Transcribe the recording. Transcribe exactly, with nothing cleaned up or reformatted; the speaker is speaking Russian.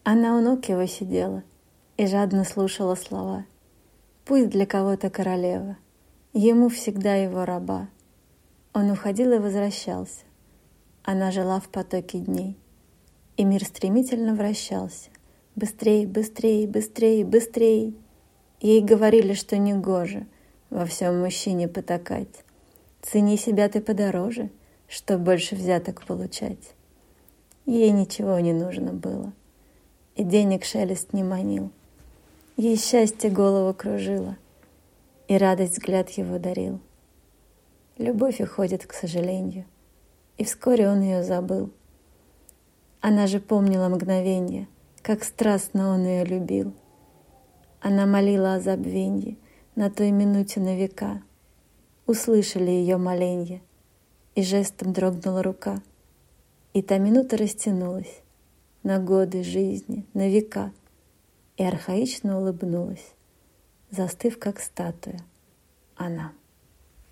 Она у ног его сидела и жадно слушала слова. Пусть для кого-то королева, ему всегда его раба. Он уходил и возвращался. Она жила в потоке дней, и мир стремительно вращался. Быстрей, быстрей, быстрей, быстрей. Ей говорили, что негоже во всем мужчине потакать. Цени себя ты подороже, чтоб больше взяток получать. Ей ничего не нужно было, и денег шелест не манил. Ей счастье голову кружило, и радость взгляд его дарил. Любовь уходит, к сожалению, и вскоре он ее забыл. Она же помнила мгновенье, как страстно он ее любил. Она молила о забвенье на той минуте на века. Услышали ее моленье, и жестом дрогнула рука. И та минута растянулась на годы жизни, на века, и архаично улыбнулась, застыв как статуя она.